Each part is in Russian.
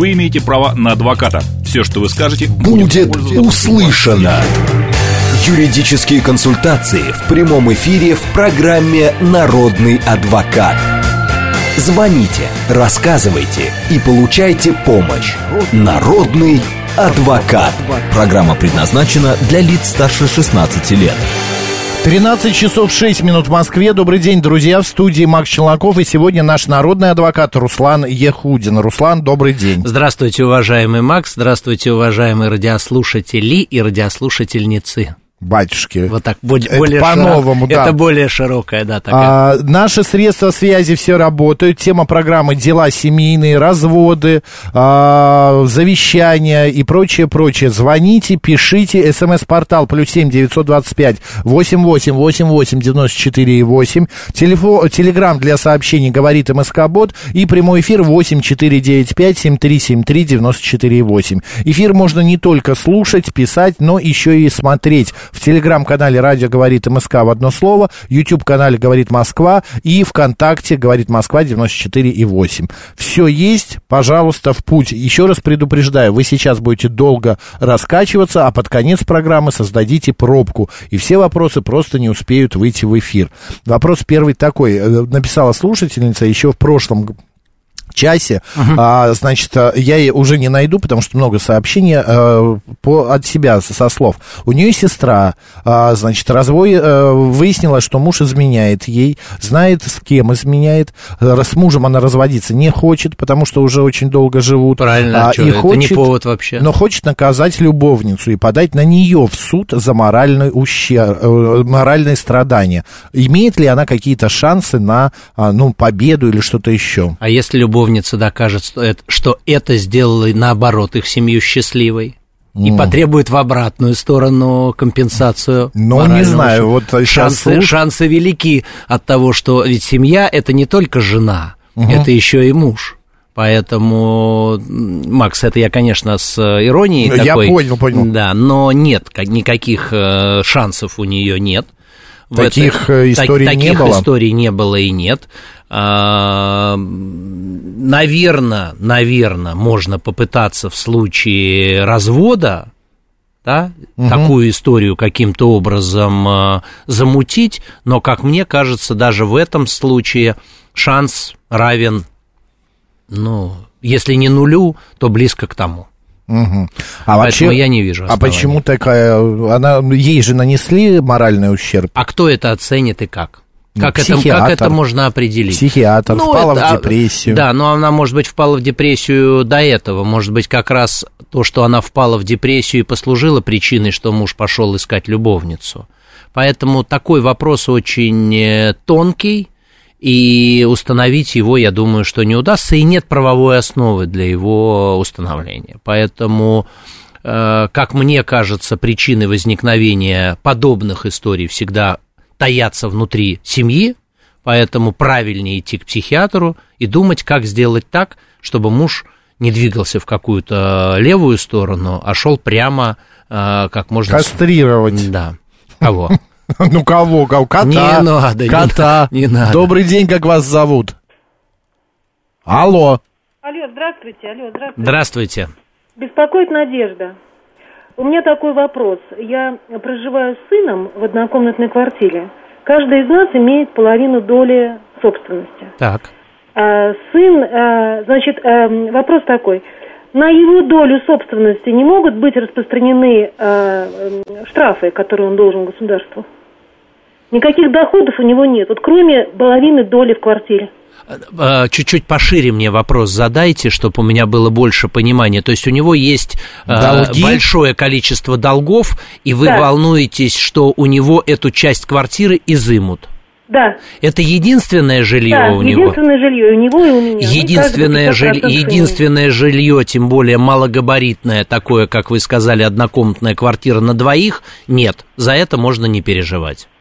вы имеете право на адвоката. Все, что вы скажете, будет услышано. Юридические консультации в прямом эфире в программе «Народный адвокат». Звоните, рассказывайте и получайте помощь. Народный адвокат. Программа предназначена для лиц старше 16 лет. 13 часов 6 минут в Москве. Добрый день, друзья. В студии Макс Челноков. И сегодня наш народный адвокат Руслан Ехудин. Руслан, добрый день. Здравствуйте, уважаемый Макс. Здравствуйте, уважаемые радиослушатели и радиослушательницы. Батюшки. Вот так, более по-новому, да. Это более широкая, да, такая. Наши средства связи все работают. Тема программы «Дела семейные», разводы, завещания и прочее. Звоните, пишите. СМС-портал +7 925 88 88 94 8. Телеграм для сообщений «Говорит МСК-бот». И прямой эфир 8 495 7373 94 8. Эфир можно не только слушать, писать, но еще и смотреть. В телеграм-канале «Радио говорит МСК» в одно слово, YouTube-канале «Говорит Москва» и ВКонтакте «Говорит Москва» 94,8. Все есть, пожалуйста, в путь. Еще раз предупреждаю, вы сейчас будете долго раскачиваться, а под конец программы создадите пробку, и все вопросы просто не успеют выйти в эфир. Вопрос первый такой. Написала слушательница еще в прошлом часе, значит, я уже не найду, потому что много сообщений от себя со слов. У нее сестра, значит, выяснила, что муж изменяет ей, знает, с кем изменяет. С мужем она разводиться не хочет, потому что уже очень долго живут. Правильно, и это хочет, не повод вообще. Но хочет наказать любовницу и подать на нее в суд за моральный ущерб, моральные страдания. Имеет ли она какие-то шансы на победу или что-то еще? А если любовница докажет, что это сделало, наоборот, их семью счастливой, и потребует в обратную сторону компенсацию. Ну, не знаю, вот шансы велики от того, что ведь семья — это не только жена, это еще и муж. Поэтому, Макс, это я, конечно, с иронией такой. Я понял. Да, но нет, никаких шансов у нее нет. Таких историй не было? Таких историй не было и нет. Наверное, можно попытаться в случае развода, да, такую историю каким-то образом замутить, но, как мне кажется, даже в этом случае шанс равен, если не нулю, то близко к тому. А вообще, я не вижу оснований. А почему такая... Ей же нанесли моральный ущерб. А кто это оценит и как? Как это можно определить? Психиатр, впала в депрессию. Да, но она, может быть, впала в депрессию до этого. Может быть, как раз то, что она впала в депрессию, и послужило причиной, что муж пошел искать любовницу. Поэтому такой вопрос очень тонкий, и установить его, я думаю, что не удастся, и нет правовой основы для его установления. Поэтому, как мне кажется, причины возникновения подобных историй всегда таятся внутри семьи, поэтому правильнее идти к психиатру и думать, как сделать так, чтобы муж не двигался в какую-то левую сторону, а шел прямо как можно... Кастрировать. Да. Кого? Ну, кого? Кота? Не надо. Кота. Не надо. Добрый день, как вас зовут? Алло. Алло, здравствуйте. Здравствуйте. Беспокоит Надежда. У меня такой вопрос. Я проживаю с сыном в однокомнатной квартире. Каждый из нас имеет половину доли собственности. Так. Вопрос такой. На его долю собственности не могут быть распространены штрафы, которые он должен государству? Никаких доходов у него нет, кроме половины доли в квартире. Чуть-чуть пошире мне вопрос задайте, чтобы у меня было больше понимания. То есть у него есть большое количество долгов, и вы волнуетесь, что у него эту часть квартиры изымут. Да. Это единственное жилье у него? Единственное жилье у него и у меня. Единственное жилье, тем более малогабаритное, такое, как вы сказали, однокомнатная квартира на двоих, нет, за это можно не переживать.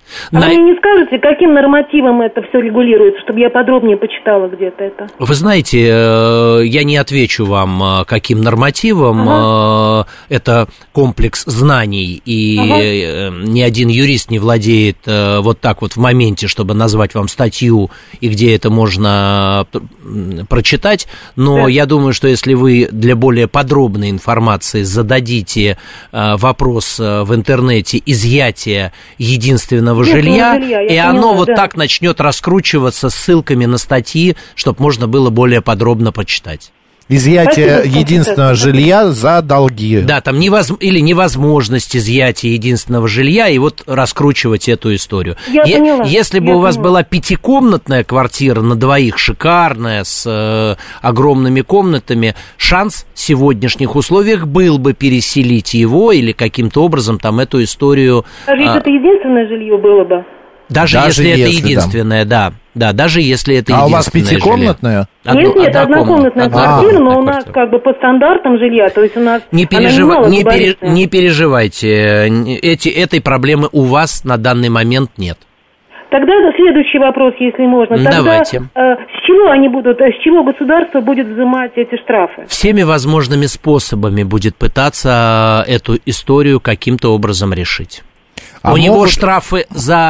А вы мне не скажете, каким нормативом это все регулируется, чтобы я подробнее почитала где-то это? Вы знаете, я не отвечу вам, каким нормативом. Это комплекс знаний, и ни один юрист не владеет вот так вот в моменте, чтобы назвать вам статью, и где это можно прочитать. Но я думаю, что если вы для более подробной информации зададите вопрос в интернете изъятия единственного жилья, и оно вот так начнет раскручиваться ссылками на статьи, чтобы можно было более подробно почитать. Изъятие единственного жилья за долги. Да, там или невозможность изъятия единственного жилья, и вот раскручивать эту историю. Я поняла. Если бы у вас была пятикомнатная квартира на двоих, шикарная, с огромными комнатами, шанс в сегодняшних условиях был бы переселить его или каким-то образом там эту историю... Даже если это единственное жилье было бы? Даже если это единственное, да. Да, даже если это единственное. А у вас пятикомнатная? Нет, однокомнатная квартира, но у нас как бы по стандартам жилья, то есть у нас... Не переживайте, этой проблемы у вас на данный момент нет. Тогда следующий вопрос, если можно. Тогда, давайте. С чего государство будет взимать эти штрафы? Всеми возможными способами будет пытаться эту историю каким-то образом решить. У него штрафы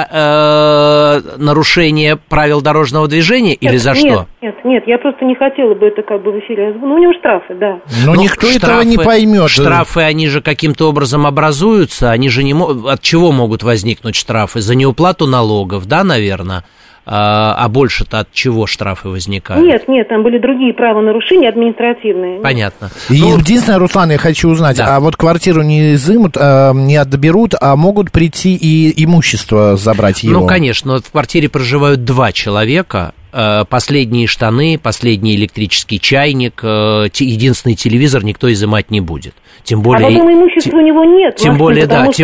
за нарушение правил дорожного движения или за что? Нет, я просто не хотела бы это как бы в эфире. Ну, у него штрафы, да. Но никто этого не поймет. Штрафы, они же каким-то образом образуются, они же не могут... От чего могут возникнуть штрафы? За неуплату налогов, да, наверное? А больше-то от чего штрафы возникают? Нет, там были другие правонарушения административные. Понятно. Единственное, Руслан, я хочу узнать, а вот квартиру не изымут, не отберут, а могут прийти и имущество забрать его? Ну, конечно, вот в квартире проживают 2 человека, последние штаны, последний электрический чайник, единственный телевизор никто изымать не будет. Тем более, а потом имущества у него нет. Тем более,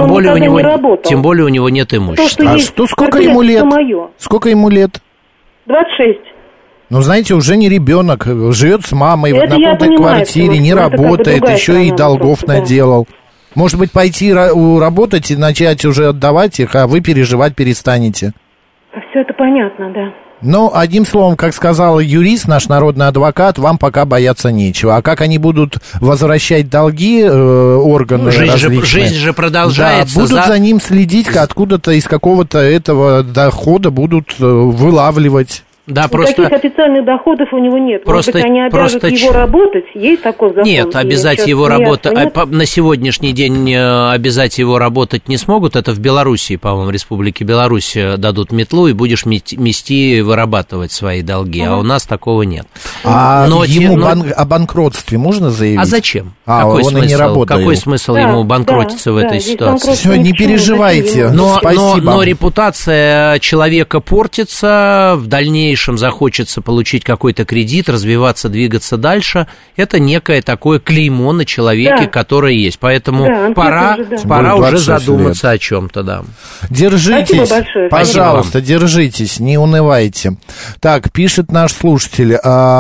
тем более у него нет имущества. Сколько ему лет? Сколько ему лет? 26. Ну, знаете, уже не ребенок, живет с мамой в однокомнатной квартире, не работает, еще и долгов наделал. Может быть, пойти работать и начать уже отдавать их, а вы переживать перестанете. Все это понятно, да. Ну, одним словом, как сказал юрист, наш народный адвокат, вам пока бояться нечего. А как они будут возвращать долги органы различные? Жизнь же продолжается. Да, будут за ним следить, откуда-то из какого-то этого дохода будут вылавливать. Да, никаких официальных доходов у него нет. Может быть, они обяжут его работать? Есть такой закон? Нет, обязать его работать. На сегодняшний день обязать его работать не смогут. Это в Белоруссии, по-моему, в Республике Беларусь дадут метлу, и будешь мести, вырабатывать свои долги. А у нас такого нет. О банкротстве можно заявить? А зачем? Какой смысл? И не работает. Какой смысл ему банкротиться в этой ситуации? Все, не переживайте. Но репутация человека портится, в дальнейшем захочется получить какой-то кредит, развиваться, двигаться дальше, это некое такое клеймо на человеке, которое есть. Поэтому пора уже задуматься о чем-то, да. Держитесь, пожалуйста, держитесь, не унывайте. Так, пишет наш слушатель,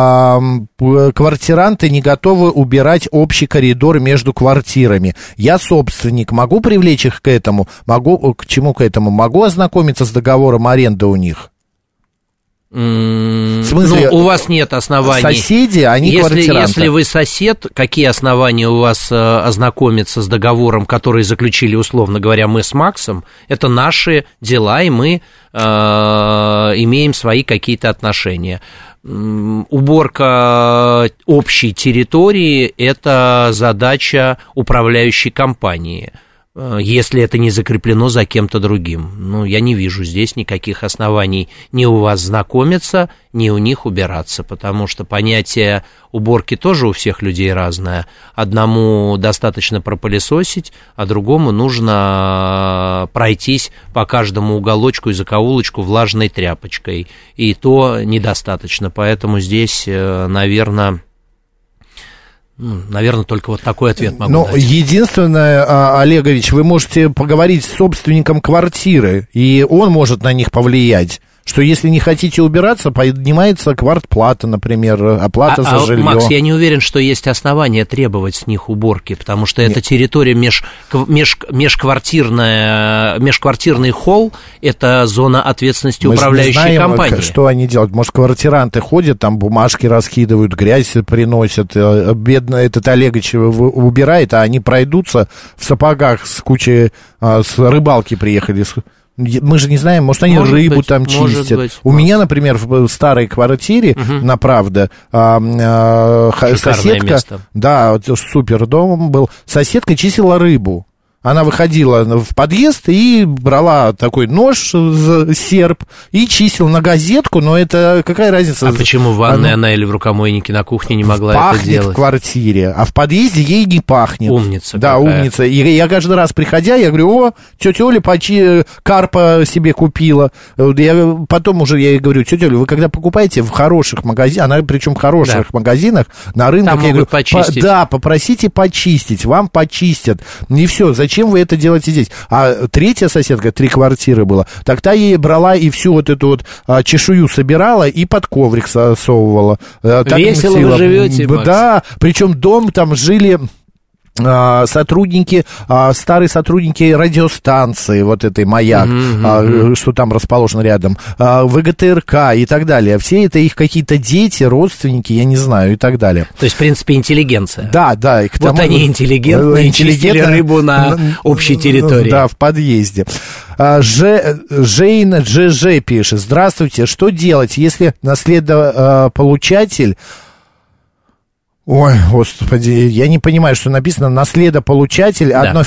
квартиранты не готовы убирать общий коридор между квартирами. Я собственник, могу привлечь их к этому? К чему к этому? Могу ознакомиться с договором аренды у них? В смысле, у вас нет оснований. Соседи, они квартиранты. Если вы сосед, какие основания у вас ознакомиться с договором, который заключили, условно говоря, мы с Максом? Это наши дела, и мы имеем свои какие-то отношения. Уборка общей территории – это задача управляющей компании, если это не закреплено за кем-то другим. Ну, я не вижу здесь никаких оснований ни у вас знакомиться, ни у них убираться, потому что понятие уборки тоже у всех людей разное. Одному достаточно пропылесосить, а другому нужно пройтись по каждому уголочку и закоулочку влажной тряпочкой, и то недостаточно, поэтому здесь, наверное, только вот такой ответ могу дать. Единственное, Олегович, вы можете поговорить с собственником квартиры, и он может на них повлиять, Что если не хотите убираться, поднимается квартплата, например, оплата за жилье. Макс, я не уверен, что есть основания требовать с них уборки, потому что это территория межквартирный холл, это зона ответственности управляющей компании. Что они делают? Может, квартиранты ходят, там бумажки раскидывают, грязь приносят, бедно этот Олегович убирает, а они пройдутся в сапогах с кучей, с рыбалки приехали. Мы же не знаем, может, они рыбу там чистят. У меня, например, в старой квартире, на Правде, соседка... место. Да, супер дом был. Соседка чистила рыбу. Она выходила в подъезд и брала такой нож, серп, и чистила на газетку, но это какая разница? А почему в ванной она или в рукомойнике на кухне не могла это делать? Пахнет в квартире, а в подъезде ей не пахнет. Умница Да, какая. умница. И я каждый раз, приходя, я говорю: тетя Оля карпа себе купила. Потом уже я ей говорю: тетя Оля, вы когда покупаете в хороших магазинах, она причем в хороших магазинах, на рынках, там я говорю, почистить. попросите почистить, вам почистят. И все, зачем вы это делаете здесь? А третья соседка, 3 квартиры было, так та ей брала и всю вот эту вот чешую собирала и под коврик засовывала. Весело вы живете, Макс. Да, причем дом там жили... старые сотрудники радиостанции, вот этой «Маяк», что там расположено рядом, ВГТРК и так далее. Все это их какие-то дети, родственники, я не знаю, и так далее. То есть, в принципе, интеллигенция. Да. И к тому, они интеллигентные, чистили рыбу на общей территории. Да, в подъезде. Жейн ЖЖ пишет: здравствуйте, что делать, если наследополучатель... Ой, господи, я не понимаю, что написано: наследополучатель одну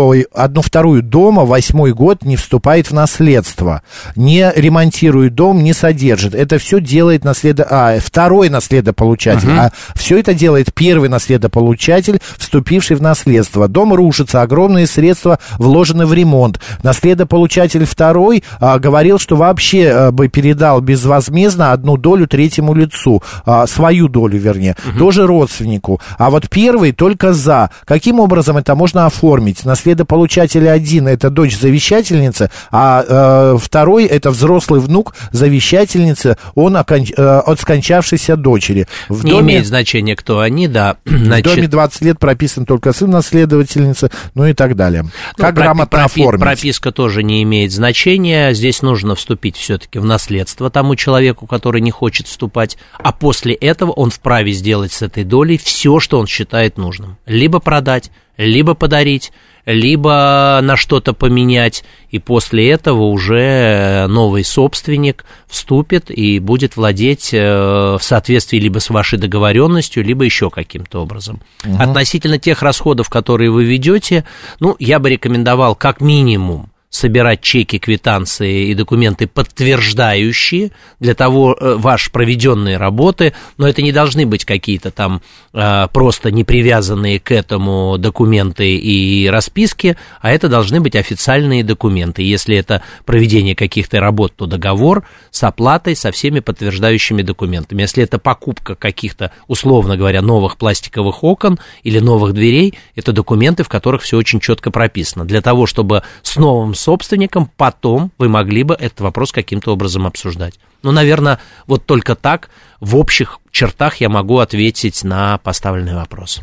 вторую дома 8-й год не вступает в наследство, не ремонтирует дом, не содержит. Это все делает второй наследополучатель, а все это делает первый наследополучатель, вступивший в наследство. Дом рушится, огромные средства вложены в ремонт. Наследополучатель второй говорил, что вообще бы передал безвозмездно 1/3 третьему лицу, свою долю, вернее, тоже родственнику. А вот первый только за. Каким образом это можно оформить? Наследополучатель один — это дочь завещательницы, а второй — это взрослый внук завещательницы, он от скончавшейся дочери. Не имеет значения, кто они, да. В доме 20 лет прописан только сын наследовательницы, ну и так далее. Как грамотно оформить? Прописка тоже не имеет значения. Здесь нужно вступить все-таки в наследство тому человеку, который не хочет вступать, а после этого он вправе сделать с этой долей все, что он считает нужным. Либо продать, либо подарить, либо на что-то поменять, и после этого уже новый собственник вступит и будет владеть в соответствии либо с вашей договоренностью, либо еще каким-то образом. Относительно тех расходов, которые вы ведете, я бы рекомендовал как минимум собирать чеки, квитанции и документы, подтверждающие для того ваши проведенные работы, но это не должны быть какие-то там просто не привязанные к этому документы и расписки, а это должны быть официальные документы. Если это проведение каких-то работ, то договор с оплатой, со всеми подтверждающими документами. Если это покупка каких-то, условно говоря, новых пластиковых окон или новых дверей, это документы, в которых все очень четко прописано. Для того, чтобы с новым собственником потом вы могли бы этот вопрос каким-то образом обсуждать. Наверное, вот только так в общих чертах я могу ответить на поставленный вопрос.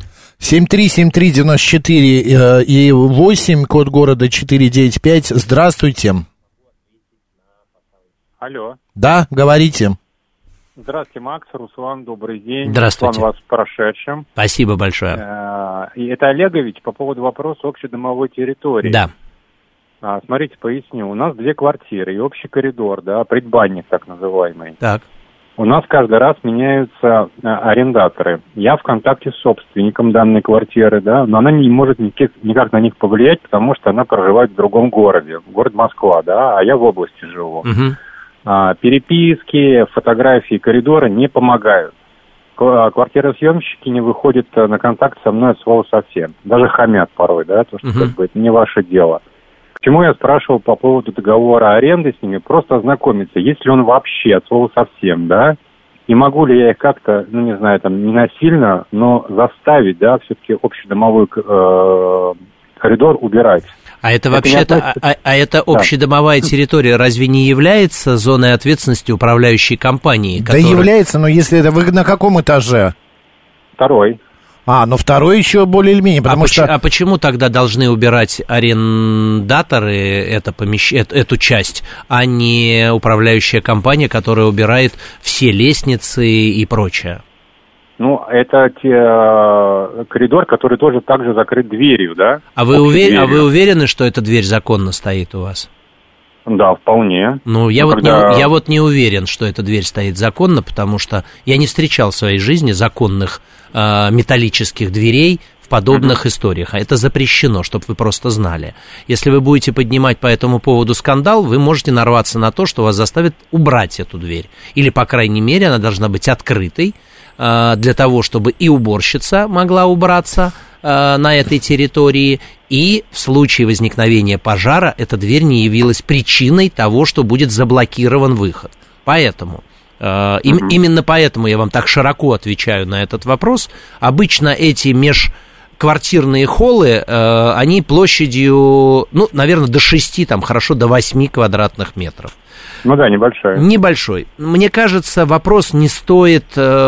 7373948 и 8, код города 495. Здравствуйте. Алло. Да, говорите. Здравствуйте, Макс, Руслан, добрый день. Здравствуйте. Руслан, вас с прошедшим. Спасибо большое. И это Олегович по поводу вопроса общедомовой территории. Да. Смотрите, поясню. У нас 2 квартиры и общий коридор, предбанник так называемый. Так. У нас каждый раз меняются арендаторы. Я в контакте с собственником данной квартиры, но она не может никак на них повлиять, потому что она проживает в другом городе, город Москва, а я в области живу. Переписки, фотографии коридора не помогают. Квартиросъемщики не выходят на контакт со мной от слова совсем. Даже хамят порой, то, что это не ваше дело. К чему я спрашивал по поводу договора аренды с ними, просто ознакомиться, есть ли он вообще от слова совсем, и могу ли я их как-то, не насильно, но заставить, все-таки общедомовой коридор убирать. А это вообще-то, это общедомовая территория разве не является зоной ответственности управляющей компании? Да является, но если это вы на каком этаже? 2-й. Но 2-й еще более или менее, потому что... А почему тогда должны убирать арендаторы эту часть, а не управляющая компания, которая убирает все лестницы и прочее? Ну, это коридор, который тоже также закрыт дверью, да? А вы уверены, что эта дверь законно стоит у вас? Да, вполне. Ну, я вот не уверен, что эта дверь стоит законно, потому что я не встречал в своей жизни законных металлических дверей в подобных историях. А это запрещено, чтобы вы просто знали. Если вы будете поднимать по этому поводу скандал, вы можете нарваться на то, что вас заставят убрать эту дверь. Или, по крайней мере, она должна быть открытой, для того, чтобы и уборщица могла убраться на этой территории, и в случае возникновения пожара эта дверь не явилась причиной того, что будет заблокирован выход. Поэтому, именно поэтому я вам так широко отвечаю на этот вопрос. Обычно эти межквартирные холлы, они площадью, наверное, до 6, хорошо, до 8 квадратных метров. Ну да, небольшой. Мне кажется, вопрос не стоит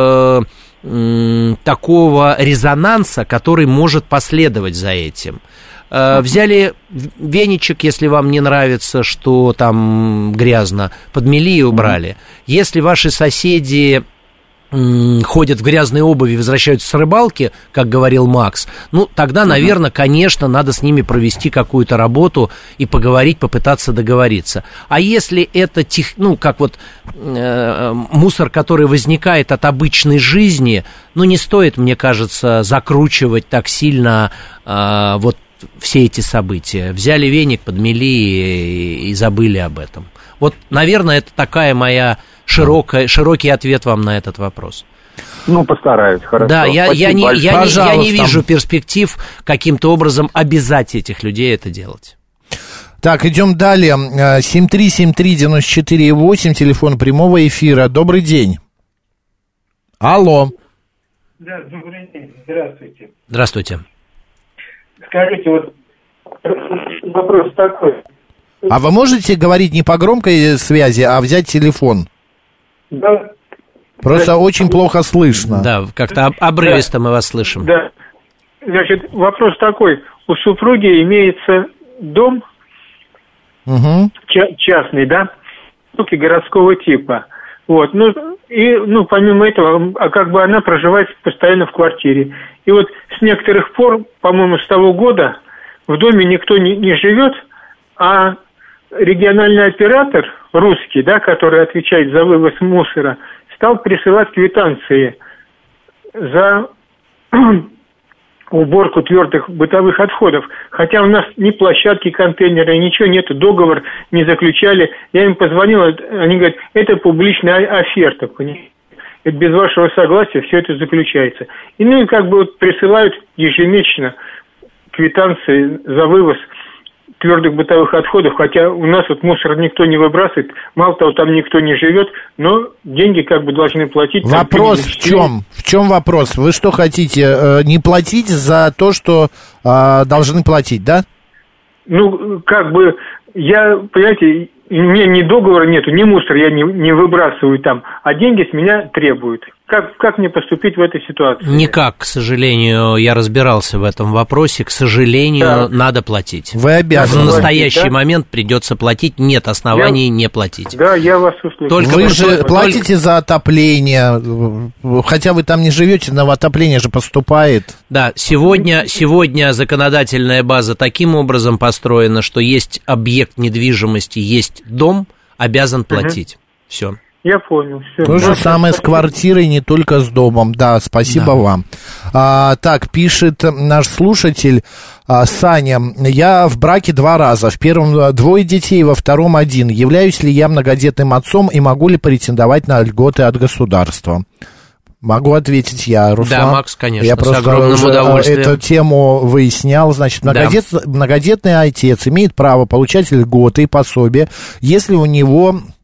такого резонанса, который может последовать за этим. Взяли веничек, если вам не нравится, что там грязно, подмели и убрали. Если ваши соседи ходят в грязной обуви и возвращаются с рыбалки, как говорил Макс, тогда, наверное, конечно, надо с ними провести какую-то работу и поговорить, попытаться договориться. А если это, мусор, который возникает от обычной жизни, не стоит, мне кажется, закручивать так сильно все эти события. Взяли веник, подмели и забыли об этом. Вот, наверное, это такая моя широкий ответ вам на этот вопрос. Постараюсь, хорошо. Да, я не вижу перспектив каким-то образом обязать этих людей это делать. Так, идем далее. 7373948, телефон прямого эфира. Добрый день. Алло. Да, добрый день. Здравствуйте. Здравствуйте. Скажите, вопрос такой. А вы можете говорить не по громкой связи, а взять телефон? Да. Просто очень плохо слышно. Да, как-то обрывисто мы вас слышим. Да. Значит, вопрос такой. У супруги имеется дом частный, да, городского типа. Вот. Помимо этого, она проживает постоянно в квартире. И вот с некоторых пор, по-моему, с того года в доме никто не живет, а региональный оператор русский, да, который отвечает за вывоз мусора, стал присылать квитанции за уборку твердых бытовых отходов. Хотя у нас ни площадки контейнера, ничего нету, договор не заключали. Я им позвонил, они говорят, это публичная оферта, понимаете? Это без вашего согласия все это заключается. И присылают ежемесячно квитанции за вывоз твердых бытовых отходов, хотя у нас мусор никто не выбрасывает, мало того, там никто не живет, но деньги должны платить. Вопрос в чем? В чем вопрос? Вы что хотите, не платить за то, что должны платить, да? Понимаете, у меня ни договора нету, ни мусор я не выбрасываю там, а деньги с меня требуют. Как мне поступить в этой ситуации? Никак, к сожалению, я разбирался в этом вопросе, к сожалению, надо платить. Вы обязаны. В настоящий момент придется платить, нет оснований не платить. Да, я вас услышал. Вы же платите за отопление, хотя вы там не живете, но отопление же поступает. Да, сегодня законодательная база таким образом построена, что есть объект недвижимости, есть дом, обязан платить. Все. Я понял. Все. То же самое с квартирой, не только с домом. Да, спасибо вам. Так, пишет наш слушатель Саня. Я в браке 2 раза. В первом 2 детей, во втором 1. Являюсь ли я многодетным отцом и могу ли претендовать на льготы от государства? Могу ответить я, Руслан. Да, Макс, конечно, я просто с огромным удовольствием. Эту тему выяснял. Значит, многодетный отец имеет право получать льготы и пособия, если у него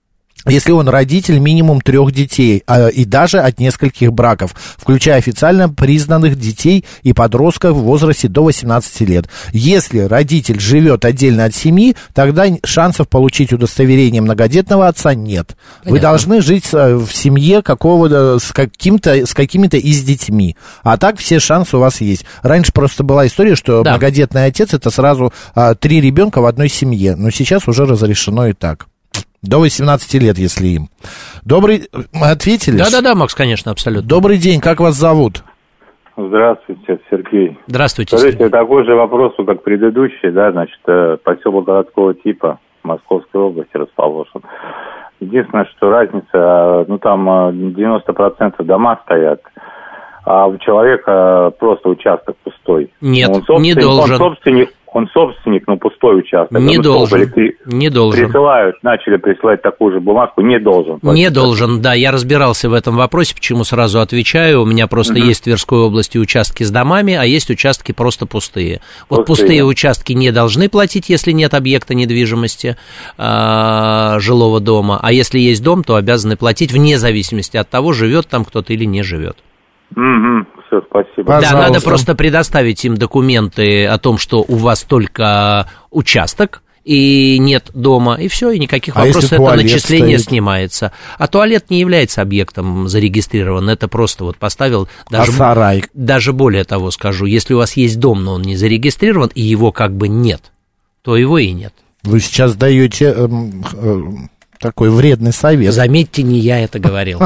если он родитель минимум 3 детей, и даже от нескольких браков, включая официально признанных детей и подростков в возрасте до 18 лет. Если родитель живет отдельно от семьи, тогда шансов получить удостоверение многодетного отца нет. Понятно. Вы должны жить в семье с какими-то из детьми. А так все шансы у вас есть. Раньше просто была история, что многодетный отец — это сразу 3 ребенка в одной семье. Но сейчас уже разрешено и так. До 18 лет, если им. Мы ответили? Да, Макс, конечно, абсолютно. Добрый день, как вас зовут? Здравствуйте, Сергей. Здравствуйте, Сергей. Скажите, такой же вопрос, как предыдущий, да, значит, поселок городского типа в Московской области расположен. Единственное, что разница, там 90% дома стоят, а у человека просто участок пустой. Нет, не должен. Он собственник, но пустой участок. Не должен. Не должен. Начали присылать такую же бумажку, не должен. Не должен, да, я разбирался в этом вопросе, почему сразу отвечаю. У меня просто есть в Тверской области участки с домами, а есть участки просто пустые. Вот пустые участки не должны платить, если нет объекта недвижимости, жилого дома, а если есть дом, то обязаны платить вне зависимости от того, живет там кто-то или не живет. Все, спасибо. Пожалуйста. Да, надо просто предоставить им документы о том, что у вас только участок и нет дома, и все, и никаких вопросов, это начисление снимается. А туалет не является объектом зарегистрирован, это просто вот поставил. Сарай? Даже более того скажу, если у вас есть дом, но он не зарегистрирован, и его как бы нет, то его и нет. Вы сейчас даете... такой вредный совет. Заметьте, не я это говорил.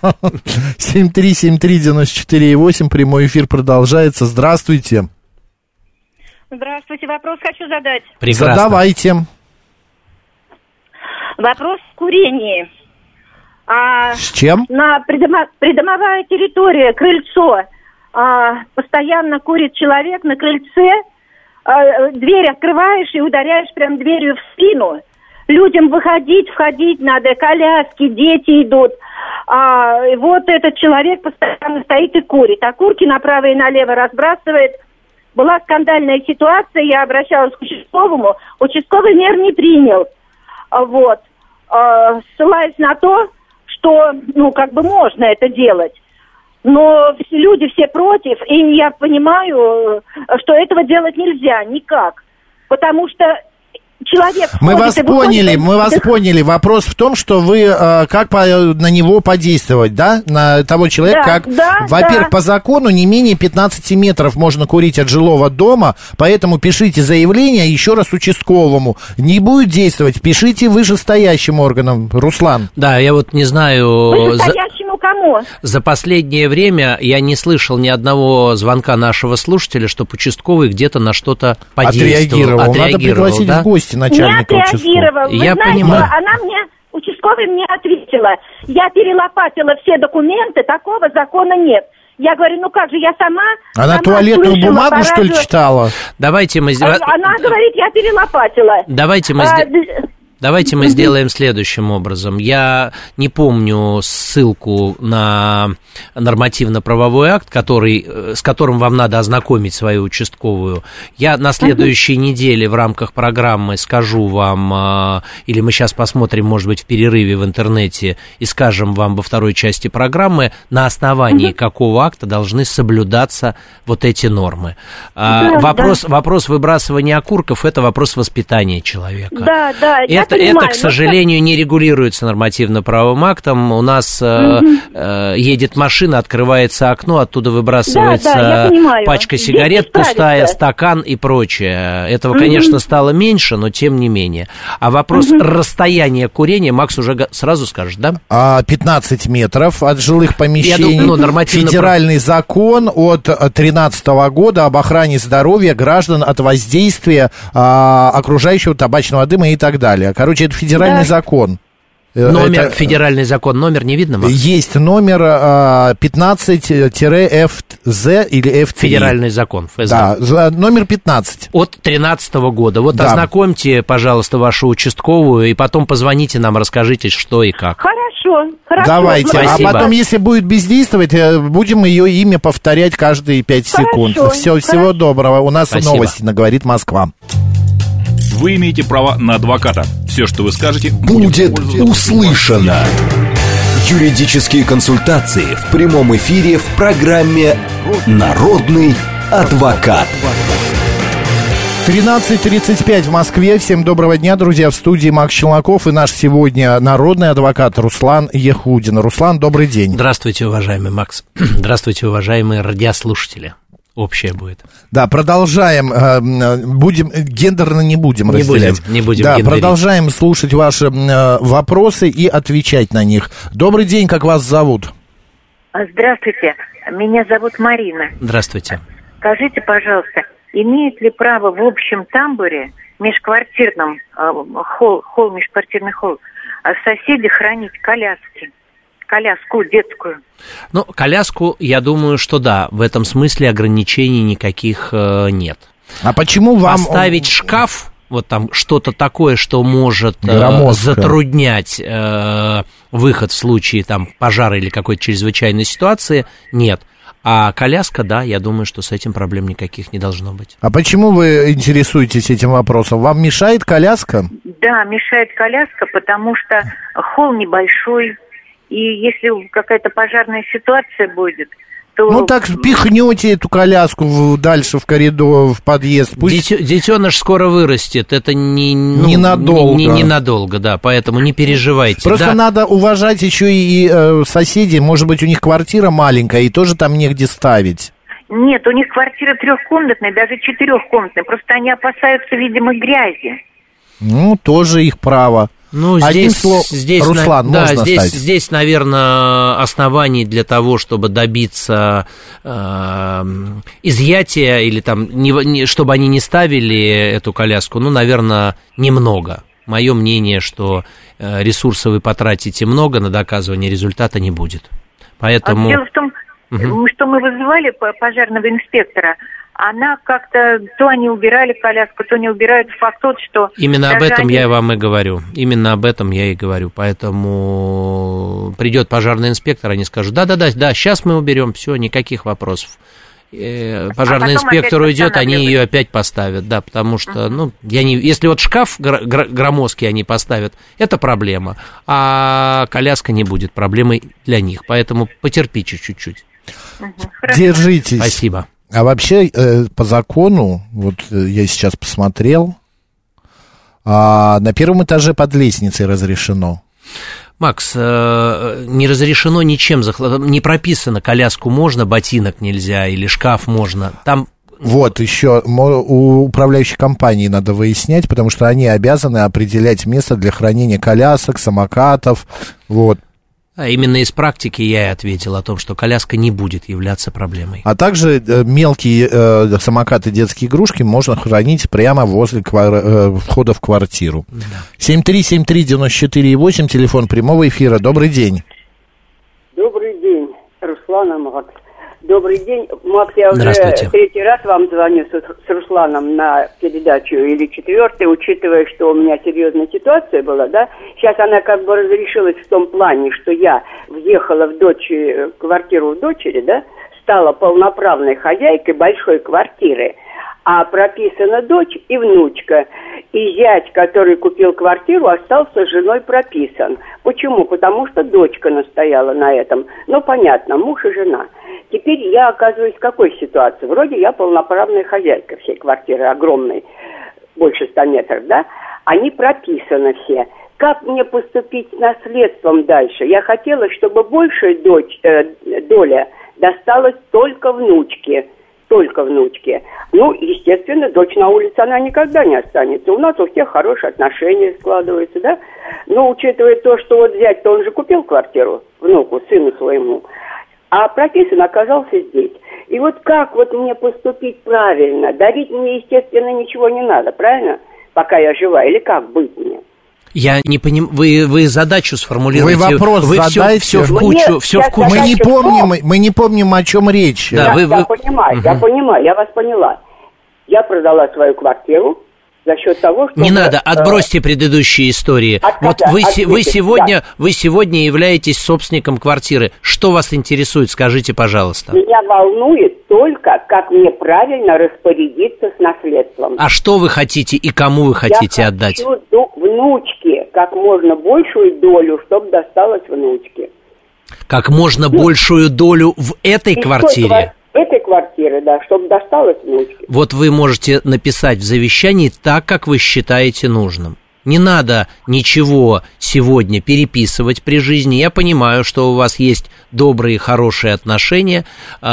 7373948, прямой эфир продолжается. Здравствуйте. Здравствуйте, вопрос хочу задать. Прекрасно. Задавайте. Вопрос о курении. С чем? Придомовая территория, крыльцо. Постоянно курит человек на крыльце. Дверь открываешь и ударяешь прям дверью в спину. Людям выходить, входить надо, коляски, дети идут. Вот этот человек постоянно стоит и курит. Окурки направо и налево разбрасывает. Была скандальная ситуация, я обращалась к участковому. Участковый мер не принял. Ссылаясь на то, что, можно это делать. Но люди все против, и я понимаю, что этого делать нельзя никак. Потому что... Мы вас поняли. Вопрос в том, что вы как на него подействовать, да? На того человека, во-первых, по закону не менее 15 метров можно курить от жилого дома, поэтому пишите заявление еще раз участковому. Не будет действовать, пишите вышестоящим органам. Руслан. Да, я вот не знаю... Вышестоящему кому? За последнее время я не слышал ни одного звонка нашего слушателя, чтобы участковый где-то на что-то подействовал. Отреагировал. Надо пригласить в гости начальника участкового. Я понимаю. Участковый мне ответила. Я перелопатила все документы, такого закона нет. Я говорю, как же, я сама... Она туалетную бумагу, что ли, читала? Давайте мы... Она говорит, я перелопатила. Давайте мы сделаем следующим образом. Я не помню ссылку на нормативно-правовой акт, с которым вам надо ознакомить свою участковую. Я на следующей неделе в рамках программы скажу вам, или мы сейчас посмотрим, может быть, в перерыве в интернете, и скажем вам во второй части программы, на основании какого акта должны соблюдаться вот эти нормы. Вопрос выбрасывания окурков – это вопрос воспитания человека. Это, к сожалению, не регулируется нормативно-правовым актом. У нас едет машина, открывается окно, оттуда выбрасывается пачка сигарет пустая, стакан и прочее. Этого, конечно, стало меньше, но тем не менее. А вопрос расстояния курения Макс уже сразу скажет, да? 15 метров от жилых помещений. Я думаю, федеральный закон от 2013 года об охране здоровья граждан от воздействия окружающего табачного дыма и так далее. Короче, это федеральный закон. Федеральный закон, номер не видно, Макс? Есть номер 15-FZ или F3. Федеральный закон, ФЗ. Да, номер 15. От 2013 года. Вот ознакомьте, пожалуйста, вашу участковую, и потом позвоните нам, расскажите, что и как. Хорошо. Давайте, спасибо. А потом, если будет бездействовать, будем ее имя повторять каждые 5 секунд. Всего доброго. У нас новости на «Говорит Москва». Вы имеете право на адвоката. Все, что вы скажете, будет услышано. Юридические консультации в прямом эфире в программе «Народный адвокат». 13:35 в Москве. Всем доброго дня, друзья. В студии Макс Челноков и наш сегодня народный адвокат Руслан Яхудин. Руслан, добрый день. Здравствуйте, уважаемый Макс. Здравствуйте, уважаемые радиослушатели. Общее будет. Да, продолжаем. Будем гендерно не будем разделять. Не будем да, гендерить. Продолжаем слушать ваши вопросы и отвечать на них. Добрый день, как вас зовут? Здравствуйте, меня зовут Марина. Здравствуйте. Скажите, пожалуйста, имеет ли право в общем тамбуре, межквартирном, межквартирный холл, соседи хранить коляску детскую? Ну, коляску, я думаю, что да, в этом смысле ограничений никаких нет. А почему вам... Поставить шкаф, вот там что-то такое, что может затруднять выход в случае там пожара или какой-то чрезвычайной ситуации, нет. А коляска, да, я думаю, что с этим проблем никаких не должно быть. А почему вы интересуетесь этим вопросом? Вам мешает коляска? Да, мешает коляска, потому что холл небольшой, и если какая-то пожарная ситуация будет, то... Ну так пихнете эту коляску дальше в коридор, в подъезд. Пусть... Детеныш скоро вырастет, это ненадолго. Ненадолго, да, поэтому не переживайте. Просто да. Надо уважать еще и соседей, может быть, у них квартира маленькая, и тоже там негде ставить. Нет, у них квартира трехкомнатная, даже четырехкомнатная, просто они опасаются, видимо, грязи. Ну, тоже их право. Ну, здесь, Руслан, да, можно ставить. Здесь, наверное, оснований для того, чтобы добиться изъятия или там, чтобы они не ставили эту коляску, ну, наверное, немного. Мое мнение, что ресурсы вы потратите много, на доказывание результата не будет. Поэтому... Дело в том, что мы вызывали пожарного инспектора, она как-то, то они убирали коляску, то не убирают. Факт тот, что... Именно об этом я вам и говорю. Именно об этом я и говорю. Поэтому придет пожарный инспектор, они скажут, да, сейчас мы уберем, все, никаких вопросов. Пожарный инспектор уйдет, они ее опять поставят, да, потому что, если вот шкаф громоздкий они поставят, это проблема, а коляска не будет проблемой для них, поэтому потерпите чуть-чуть. Держитесь. Спасибо. А вообще, по закону, вот я сейчас посмотрел, на первом этаже под лестницей разрешено. Макс, не разрешено ничем, не прописано, коляску можно, ботинок нельзя или шкаф можно. Там... Вот, еще у управляющей компании надо выяснять, потому что они обязаны определять место для хранения колясок, самокатов, вот. А именно из практики я и ответил о том, что коляска не будет являться проблемой. А также мелкие самокаты, детские игрушки можно хранить прямо возле входа в квартиру. Да. 7373948, телефон прямого эфира. Добрый день. Добрый день, Руслан, Макс. Добрый день, Макс, я уже третий раз вам звоню с Русланом на передачу, или четвертый, учитывая, что у меня серьезная ситуация была, да. Сейчас она как бы разрешилась в том плане, что я въехала в квартиру дочери, да, стала полноправной хозяйкой большой квартиры, а прописана дочь и внучка. И зять, который купил квартиру, остался с женой прописан. Почему? Потому что дочка настояла на этом. Ну, понятно, муж и жена. Теперь я оказываюсь в какой ситуации? Вроде я полноправная хозяйка всей квартиры, огромной, больше 100 метров, да? Они прописаны все. Как мне поступить с наследством дальше? Я хотела, чтобы большая доля досталась только внучке. Только внучке. Ну, естественно, дочь на улице, она никогда не останется. У нас у всех хорошие отношения складываются, да? Но учитывая то, что вот зять-то он же купил квартиру внуку, сыну своему, а прописан оказался здесь. И вот как вот мне поступить правильно? Дарить мне, естественно, ничего не надо, правильно? Пока я жива. Или как быть мне? Я не понимаю, вы задачу сформулируете. Вы вопрос задайте. Все в кучу. Мы не помним, о чем речь. Да, я понимаю, я вас поняла. Я продала свою квартиру за счет того, что... Не надо, отбросьте предыдущие истории. Вот вы сегодня являетесь собственником квартиры. Что вас интересует, скажите, пожалуйста. Меня волнует только, как мне правильно распорядиться с наследством. А что вы хотите и кому вы хотите отдать? Я хочу внучке как можно большую долю, чтобы досталось внучке. Как можно большую долю в этой квартире? Этой квартиры, да, чтобы досталось внучке. Вот вы можете написать в завещании так, как вы считаете нужным. Не надо ничего сегодня переписывать при жизни. Я понимаю, что у вас есть добрые, хорошие отношения,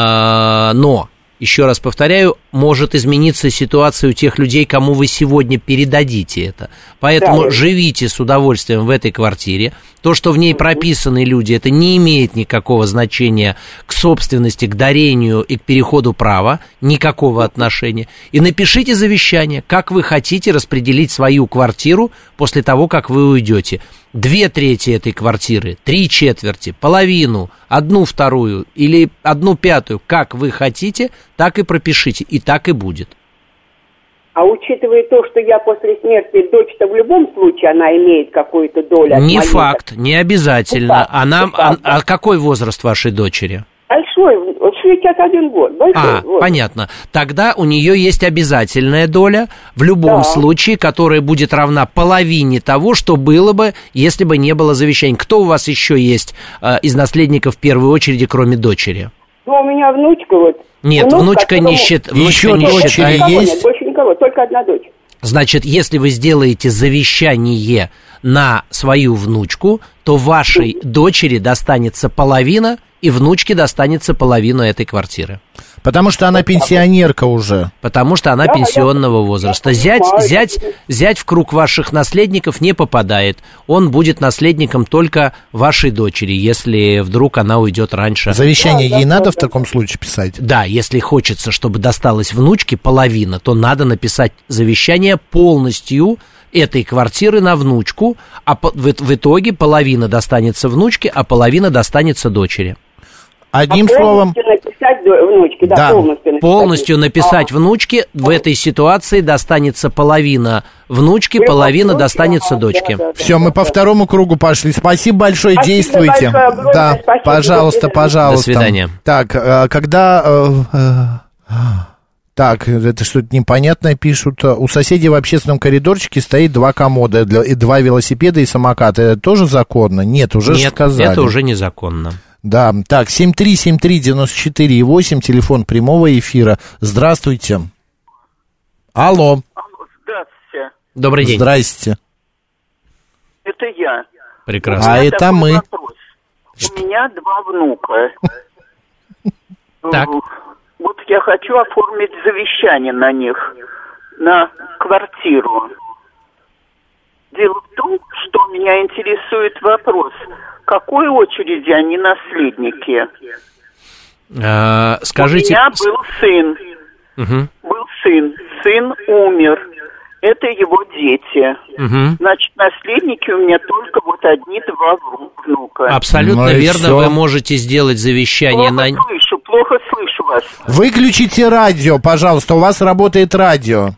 но, еще раз повторяю, может измениться ситуация у тех людей, кому вы сегодня передадите это. Поэтому живите с удовольствием в этой квартире. То, что в ней прописаны люди, это не имеет никакого значения к собственности, к дарению и к переходу права, никакого отношения. И напишите завещание, как вы хотите распределить свою квартиру после того, как вы уйдете. 2/3 этой квартиры, 3/4, половину, 1/2 или 1/5, как вы хотите, так и пропишите, и так и будет. А учитывая то, что я после смерти, дочь-то в любом случае, она имеет какую-то долю. Не факт, не обязательно. А какой возраст вашей дочери? Большой, 61 год. Большой возраст. Понятно. Тогда у нее есть обязательная доля, в любом случае, которая будет равна половине того, что было бы, если бы не было завещания. Кто у вас еще есть из наследников в первой очереди, кроме дочери? Ну, у меня внучка вот. Нет, внучка не считается. Еще дочери есть? Нет, больше никого, только одна дочь. Значит, если вы сделаете завещание на свою внучку, то вашей дочери достанется половина, и внучке достанется половина этой квартиры. Потому что она пенсионерка уже. Потому что она пенсионного возраста. Зять в круг ваших наследников не попадает. Он будет наследником только вашей дочери, если вдруг она уйдет раньше. Завещание ей надо в таком случае писать? Да, если хочется, чтобы досталась внучке половина, то надо написать завещание полностью этой квартиры на внучку, а в итоге половина достанется внучке, а половина достанется дочери. Одним словом... написать внучке, да, полностью написать внучке, в этой ситуации достанется половина внучке, половина достанется дочке. Все, мы по второму кругу пошли. Спасибо большое, действуйте. Да, пожалуйста. До свидания. Так, когда... Так, это что-то непонятное пишут. У соседей в общественном коридорчике стоит 2 комода, 2 велосипеда и самокат. Это тоже законно? Нет, уже сказали. Нет, это уже незаконно. Да, так, 7373948, телефон прямого эфира. Здравствуйте. Алло. Здравствуйте. Добрый день. Здрасте. Это я. Прекрасно. А это мы. Вопрос. У меня 2 внука. Так. Вот я хочу оформить завещание на них, на квартиру. Дело в том, что меня интересует вопрос, какой очереди они наследники? Скажите... У меня был сын. Угу. Был сын. Сын умер. Это его дети. Угу. Значит, наследники у меня только вот 1-2 внука. Абсолютно верно. Вы можете сделать завещание на... Плохо слышу вас. Выключите радио, пожалуйста. У вас работает радио.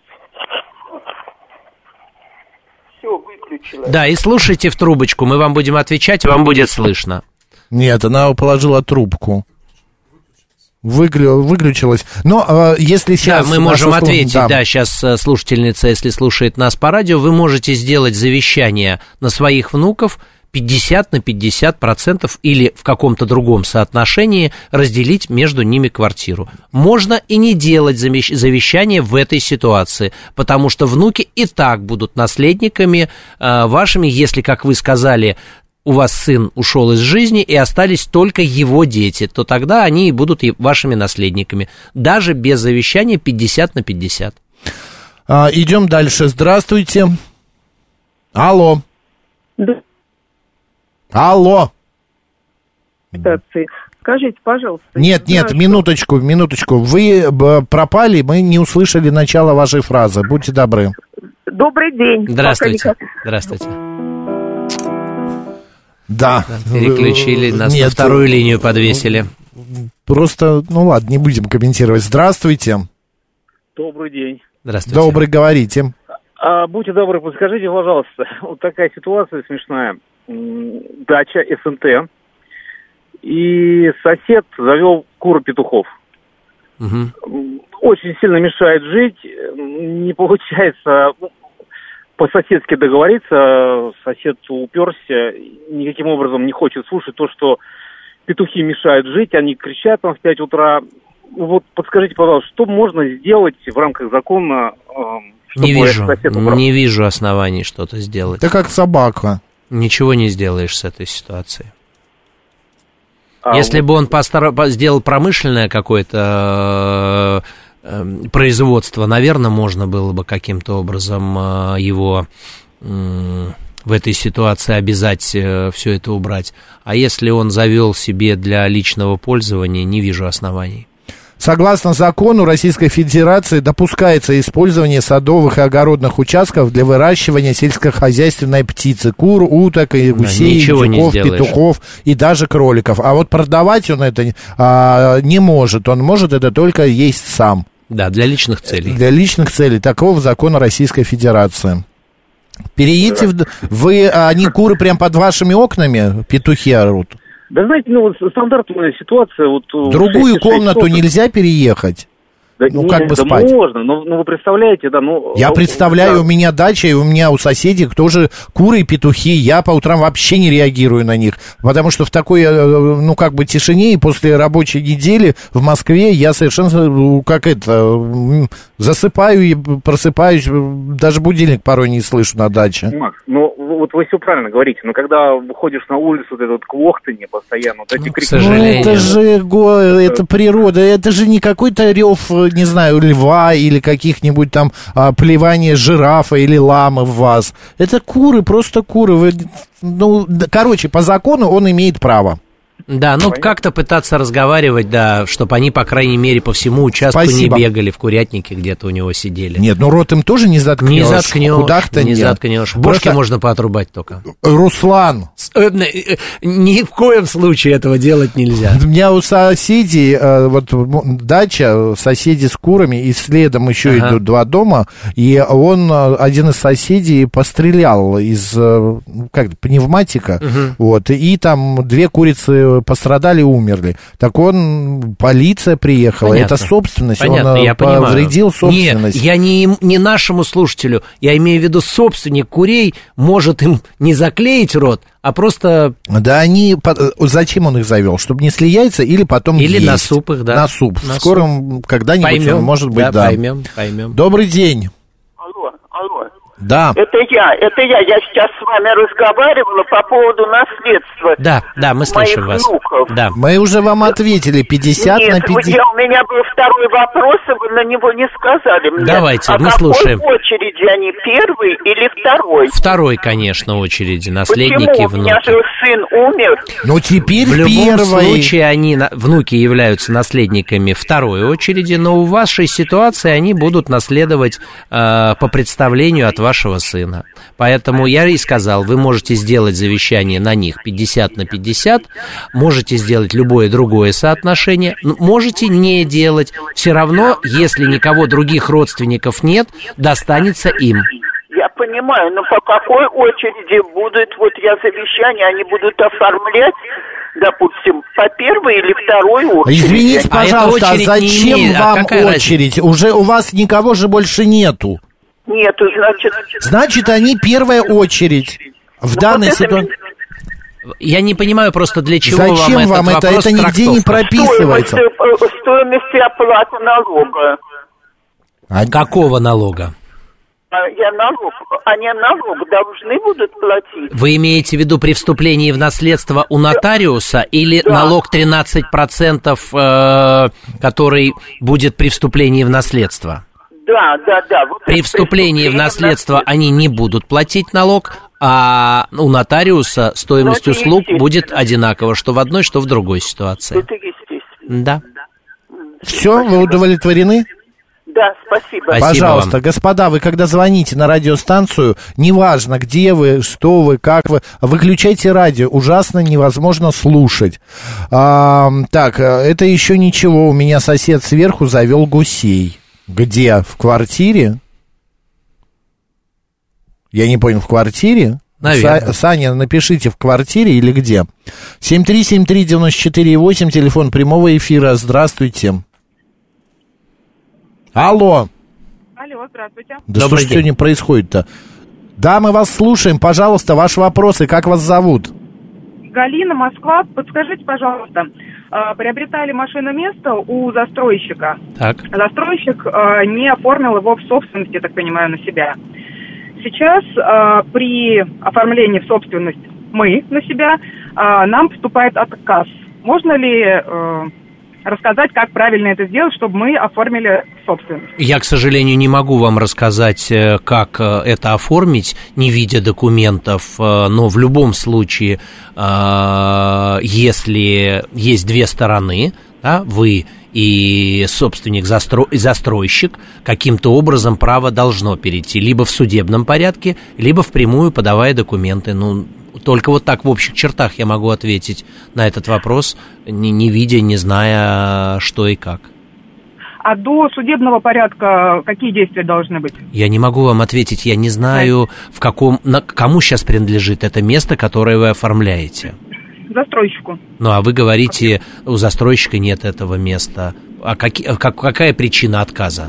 Все, выключила. Да, и слушайте в трубочку. Мы вам будем отвечать, вам будет слышно. Нет, она положила трубку. Выключилась. Но если сейчас... Да, мы можем ответить, да, сейчас слушательница, если слушает нас по радио, вы можете сделать завещание на своих внуков 50 на 50% или в каком-то другом соотношении разделить между ними квартиру. Можно и не делать завещание в этой ситуации, потому что внуки и так будут наследниками вашими, если, как вы сказали, у вас сын ушел из жизни и остались только его дети, то тогда они и будут вашими наследниками. Даже без завещания 50 на 50. Идем дальше. Здравствуйте. Алло. Да. Алло. Скажите, пожалуйста. Нет, минуточку. Вы пропали, мы не услышали начала вашей фразы. Будьте добры. Добрый день. Здравствуйте. Да. Переключили, нас на вторую линию подвесили. Просто, ладно, не будем комментировать. Здравствуйте. Добрый день. Здравствуйте. Добрый, говорите. Будьте добры, подскажите, пожалуйста, вот такая ситуация смешная. Дача, СНТ, и сосед завел кур-петухов. Угу. Очень сильно мешает жить, не получается по-соседски договориться, сосед уперся, никаким образом не хочет слушать то, что петухи мешают жить, они кричат там в 5 утра. Вот подскажите, пожалуйста, что можно сделать в рамках закона, чтобы не вижу оснований что-то сделать. Это как собака. Ничего не сделаешь с этой ситуацией. Если бы он сделал промышленное какое-то производство, наверное, можно было бы каким-то образом его в этой ситуации обязать все это убрать. А если он завел себе для личного пользования, не вижу оснований. Согласно закону Российской Федерации допускается использование садовых и огородных участков для выращивания сельскохозяйственной птицы, кур, уток, и гусей, индюков, петухов и даже кроликов. А вот продавать он это не может, он может это только есть сам. Да, для личных целей. Для личных целей, такого закона Российской Федерации. Переедете они куры прям под вашими окнами, петухи орут? Да знаете, стандартная ситуация. В другую комнату нельзя переехать? Да спать? Можно, но вы представляете, Я представляю, у меня дача, и у соседей тоже куры и петухи, я по утрам вообще не реагирую на них, потому что в такой, тишине и после рабочей недели в Москве я совершенно, засыпаю и просыпаюсь, даже будильник порой не слышу на даче. Макс, вот вы все правильно говорите, но когда выходишь на улицу, вот это квохтанье постоянно, вот эти крики... это же это природа, это же не какой-то рев, не знаю, льва или каких-нибудь там плевания жирафа или ламы в вас. Это куры, просто куры. По закону он имеет право. Да, как-то пытаться разговаривать, да, чтобы они, по крайней мере, по всему участку не бегали в курятнике, где-то у него сидели. Нет, рот им тоже не заткнешь. Не заткнешь. Бошки можно поотрубать только. Руслан! Ни в коем случае этого делать нельзя. У меня у соседей, дача, соседи с курами, и следом еще идут 2 дома, и один из соседей пострелял из пневматика, и там 2 курицы пострадали, умерли. Так полиция приехала, понятно. Это собственность, понятно, он повредил собственность. Нет, я не нашему слушателю, я имею в виду собственник курей может им не заклеить рот, а просто... Да зачем он их завел? Чтобы несли яйца или потом или есть? На суп их, да. На суп. В скором когда-нибудь, поймем, может быть, да. Поймем. Добрый день. Алло. Да. Это я. Я сейчас с вами разговаривала по поводу наследства. Да, мы слышим вас. Внуков. Да. Мы уже вам ответили, 50 Нет, на 50. У меня был второй вопрос, и вы на него не сказали мне. Давайте, мы слушаем. В какой очереди они, первый или второй? Второй, конечно, очереди, наследники. Почему? Внуки. У меня же сын умер. Теперь в любом первый. случае внуки являются наследниками второй очереди, но у вашей ситуации они будут наследовать по представлению от вашего сына. Поэтому я и сказал, вы можете сделать завещание на них 50 на 50, можете сделать любое другое соотношение, можете не делать. Все равно, если никого других родственников нет, достанется им. Я понимаю, но по какой очереди будет, завещание, они будут оформлять, допустим, по первой или второй очереди? Извините, пожалуйста, зачем вам очередь? Уже у вас никого же больше нету. Нету, Значит, они первая очередь в данной ситуации. Я не понимаю просто, для чего зачем вам этот вопрос. Это нигде не прописывается. Стоимости оплаты налога. Какого налога? Они налог должны будут платить. Вы имеете в виду при вступлении в наследство у нотариуса или налог 13%, который будет при вступлении в наследство? Да. При вступлении в наследство они не будут платить налог, а у нотариуса стоимость услуг будет одинакова, что в одной, что в другой ситуации. Это естественно. Да. Все, вы удовлетворены? Да, спасибо. Пожалуйста, господа, вы когда звоните на радиостанцию, неважно, где вы, что вы, как вы, выключайте радио, ужасно невозможно слушать. Так, это еще ничего, у меня сосед сверху завел гусей. Где? В квартире? Я не понял, в квартире? Наверное. Саня, напишите, в квартире или где? 7373948, телефон прямого эфира. Здравствуйте. Алло. Алло, здравствуйте. Да что ж сегодня происходит-то? Да, мы вас слушаем. Пожалуйста, ваши вопросы. Как вас зовут? Галина, Москва. Подскажите, пожалуйста, приобретали машиноместо у застройщика. Так. Застройщик не оформил его в собственность, я так понимаю, на себя. Сейчас при оформлении в собственность мы на себя, нам поступает отказ. Можно ли рассказать, как правильно это сделать, чтобы мы оформили собственность? Я, к сожалению, не могу вам рассказать, как это оформить, не видя документов, но в любом случае, если есть две стороны, да, вы и собственник, застройщик, каким-то образом право должно перейти либо в судебном порядке, либо впрямую подавая документы. Ну, только вот так в общих чертах я могу ответить на этот вопрос, не видя, не зная, что и как. А до судебного порядка какие действия должны быть? Я не могу вам ответить, я не знаю, кому сейчас принадлежит это место, которое вы оформляете. Застройщику. Ну, а вы говорите, у застройщика нет этого места. А какая причина отказа?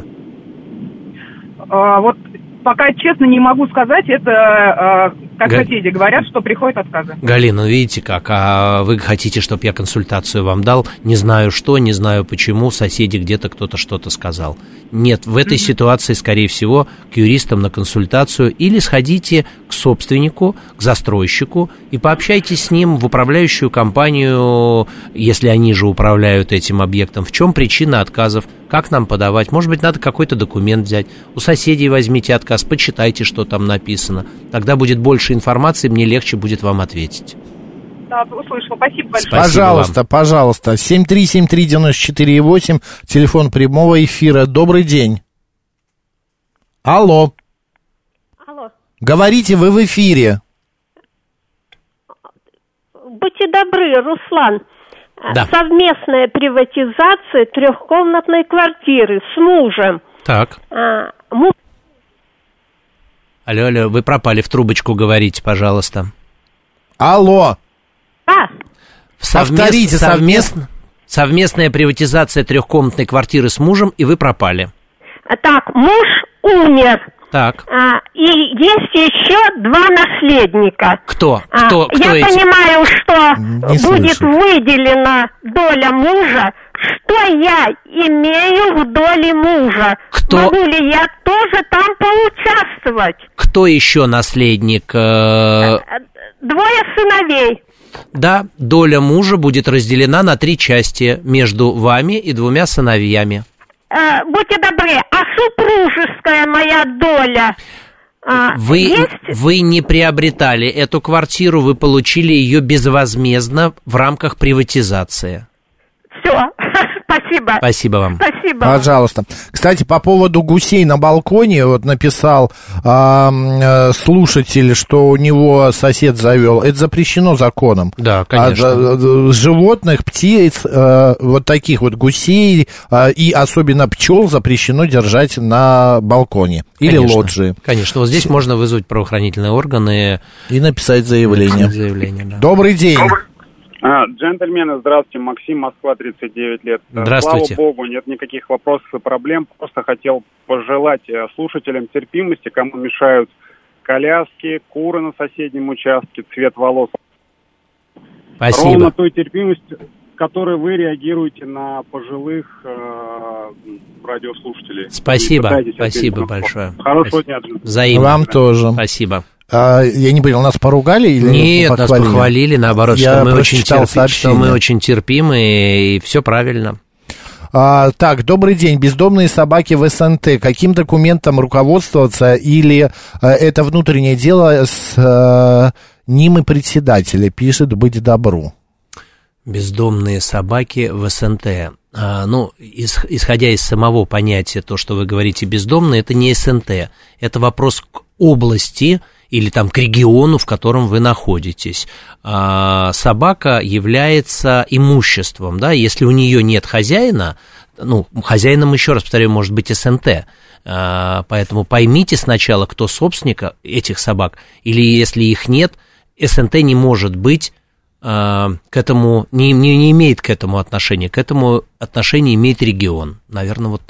Вот пока, честно, не могу сказать. Это, как соседи говорят, что приходят отказы. Галина, видите как? А вы хотите, чтобы я консультацию вам дал? Не знаю что, не знаю почему. Соседи где-то кто-то что-то сказал. Нет, в этой ситуации, скорее всего, к юристам на консультацию или сходите к собственнику, к застройщику и пообщайтесь с ним в управляющую компанию, если они же управляют этим объектом. В чем причина отказов? Как нам подавать? Может быть, надо какой-то документ взять. У соседей возьмите отказ, почитайте, что там написано. Тогда будет больше информации, мне легче будет вам ответить. Да, услышал. Спасибо большое. Пожалуйста, вам. Пожалуйста. 7373948, телефон прямого эфира. Добрый день. Алло. Алло. Говорите, вы в эфире. Будьте добры, Руслан. Да. Совместная приватизация трехкомнатной квартиры с мужем. Так. Алло, вы пропали, в трубочку говорите, пожалуйста. Алло. Повторите, совместная приватизация трехкомнатной квартиры с мужем, и вы пропали. Так, муж умер. Так. И есть еще два наследника. Кто Я эти? понимаю, что Не будет слышу. выделена доля мужа. Что я имею в доле мужа? Могу ли я тоже там поучаствовать? Кто еще наследник? Двое сыновей. Да, доля мужа будет разделена на 3 части между вами и 2 сыновьями. Будьте добры, а супружеская моя доля Вы не приобретали эту квартиру, вы получили ее безвозмездно в рамках приватизации. Все, спасибо. Спасибо вам. Спасибо. Пожалуйста. Кстати, по поводу гусей на балконе, вот написал слушатель, что у него сосед завел. Это запрещено законом. Да, конечно. Животных, птиц, вот таких вот гусей и особенно пчел запрещено держать на балконе или лоджии. Конечно, вот здесь можно вызвать правоохранительные органы и написать заявление. Да. Добрый день. Джентльмены, здравствуйте, Максим, Москва, 39 лет. Здравствуйте. Слава богу, нет никаких вопросов и проблем. Просто хотел пожелать слушателям терпимости, кому мешают коляски, куры на соседнем участке, цвет волос. Спасибо. Ровно той терпимостью, которой вы реагируете на пожилых радиослушателей. Спасибо большое. Хорошего дня, джентльмены. Взаимно. Вам тоже. Спасибо. Я не понял, нас поругали или нет, похвалили? Нас похвалили, наоборот, что мы очень терпимы, и все правильно. Так, добрый день. Бездомные собаки в СНТ. Каким документом руководствоваться, или это внутреннее дело с ним и председателя, пишет «Быть добру». Бездомные собаки в СНТ. Исходя из самого понятия, то, что вы говорите бездомные, это не СНТ. Это вопрос к области или там к региону, в котором вы находитесь. Собака является имуществом, да, если у нее нет хозяина, хозяином, еще раз повторяю, может быть СНТ, поэтому поймите сначала, кто собственник этих собак, или если их нет, СНТ не может быть к этому, не имеет к этому отношения имеет регион, наверное, вот так.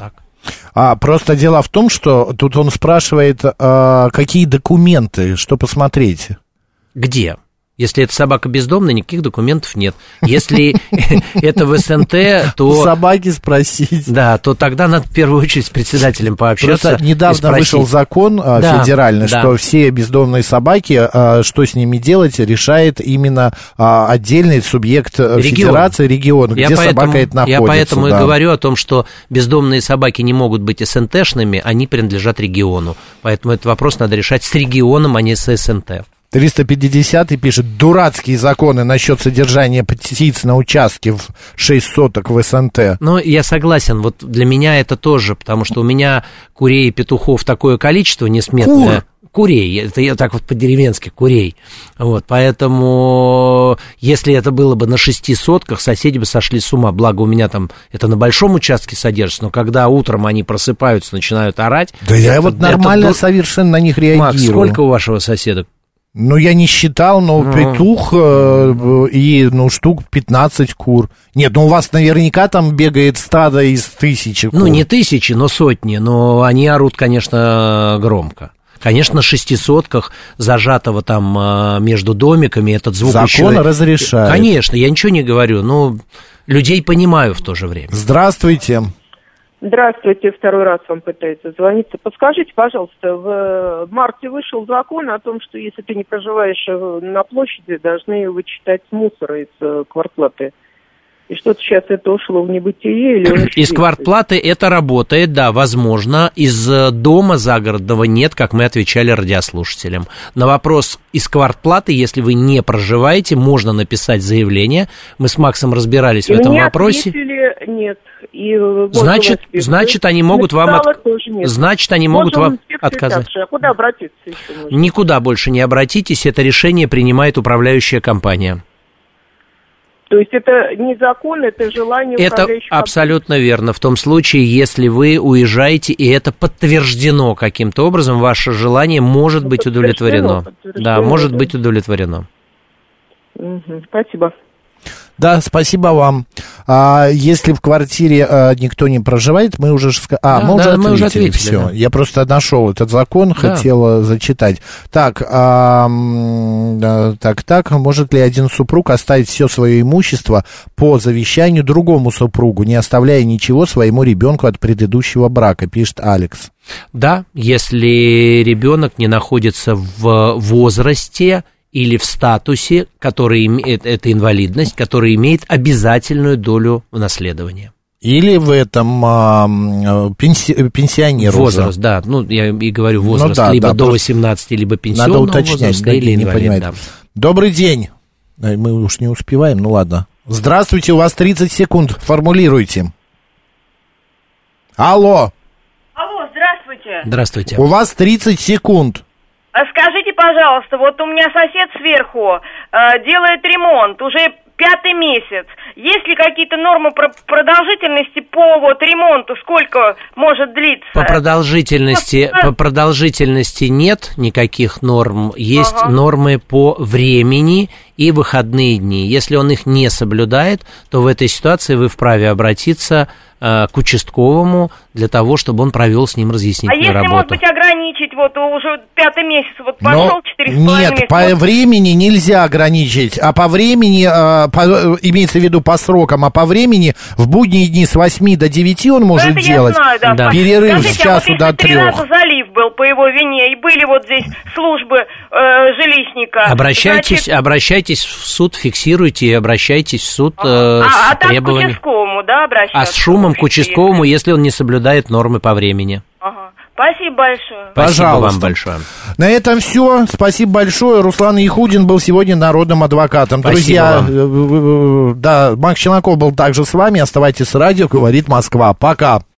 Просто дело в том, что тут он спрашивает, какие документы, что посмотреть. Где? Если это собака бездомная, никаких документов нет. Если это в СНТ, то... У собаки спросить. Да, то тогда надо в первую очередь с председателем пообщаться. Просто недавно вышел закон федеральный, что все бездомные собаки, что с ними делать, решает именно отдельный субъект федерации, регион, где собака это находится. Я поэтому и говорю о том, что бездомные собаки не могут быть СНТшными, они принадлежат региону. Поэтому этот вопрос надо решать с регионом, а не с СНТ. 350-й пишет, дурацкие законы насчет содержания птиц на участке в 6 соток в СНТ. Ну, я согласен, вот для меня это тоже, потому что у меня курей и петухов такое количество несметное. Курей, это я так вот по-деревенски, курей. Вот, поэтому, если это было бы на 6 сотках, соседи бы сошли с ума. Благо, у меня там это на большом участке содержится, но когда утром они просыпаются, начинают орать... Да я вот нормально совершенно на них реагирую. Макс, сколько у вашего соседа? Ну, я не считал, но петух и, штук 15 кур. Нет, у вас наверняка там бегает стадо из 1000 кур. Ну, не 1000, но сотни, но они орут, конечно, громко. Конечно, на 6 сотках, зажатого там между домиками, этот звук закон разрешает. Конечно, я ничего не говорю, но людей понимаю в то же время. Здравствуйте. Здравствуйте, второй раз вам пытается звониться. Подскажите, пожалуйста, в марте вышел закон о том, что если ты не проживаешь на площади, должны вычитать с мусора из квартплаты. И что-то сейчас это ушло в небытие? Или из квартплаты это работает, да, возможно. Из дома загородного нет, как мы отвечали радиослушателям. На вопрос из квартплаты, если вы не проживаете, можно написать заявление. Мы с Максом разбирались в этом вопросе. Ответили, нет. И значит, они могут вам отказать. А куда обратиться еще можно? Никуда больше не обратитесь, это решение принимает управляющая компания. То есть это не закон, это желание управляющей компании? Это абсолютно верно. В том случае, если вы уезжаете, и это подтверждено каким-то образом, ваше желание может быть удовлетворено. Да, может быть удовлетворено. Спасибо. Да, спасибо вам. Если в квартире никто не проживает, мы уже мы уже ответили. Все. Да. Я просто нашел этот закон, хотел зачитать. Так, может ли один супруг оставить все свое имущество по завещанию другому супругу, не оставляя ничего своему ребенку от предыдущего брака, пишет Алекс. Да, если ребенок не находится в возрасте или в статусе, который имеет, это инвалидность, который имеет обязательную долю в наследовании. Или в этом пенсионер возраст, уже. Да, я и говорю возраст, либо до 18, либо пенсионного возраста, или инвалид. Да. Добрый день. Мы уж не успеваем, ладно. Здравствуйте, у вас 30 секунд, формулируйте. Алло, здравствуйте. Здравствуйте. У вас 30 секунд. Скажите, пожалуйста, вот у меня сосед сверху делает ремонт, уже 5-й месяц. Есть ли какие-то нормы продолжительности по ремонту? Сколько может длиться? По продолжительности нет никаких норм. Есть нормы по времени и выходные дни. Если он их не соблюдает, то в этой ситуации вы вправе обратиться к участковому для того, чтобы он провел с ним разъяснительную работу. Может быть, ограничить, уже 5-й месяц, пошел 4,5 месяца. Нет, по времени нельзя ограничить, а по времени, имеется в виду по срокам, а по времени в будние дни с 8 до 9 он может делать. Я знаю, да. Перерыв с часу до 3. 3 раза залив был по его вине, и были здесь службы жилищника. Обращайтесь в суд, фиксируйте и обращайтесь в суд с требованием. К участковому, да, обращаться? А с шумом к участковому, если он не соблюдает нормы по времени. Спасибо большое. Спасибо вам большое. На этом все. Спасибо большое. Руслан Яхудин был сегодня народным адвокатом. Спасибо. Друзья, Макс Челноков был также с вами. Оставайтесь с радио, говорит Москва. Пока.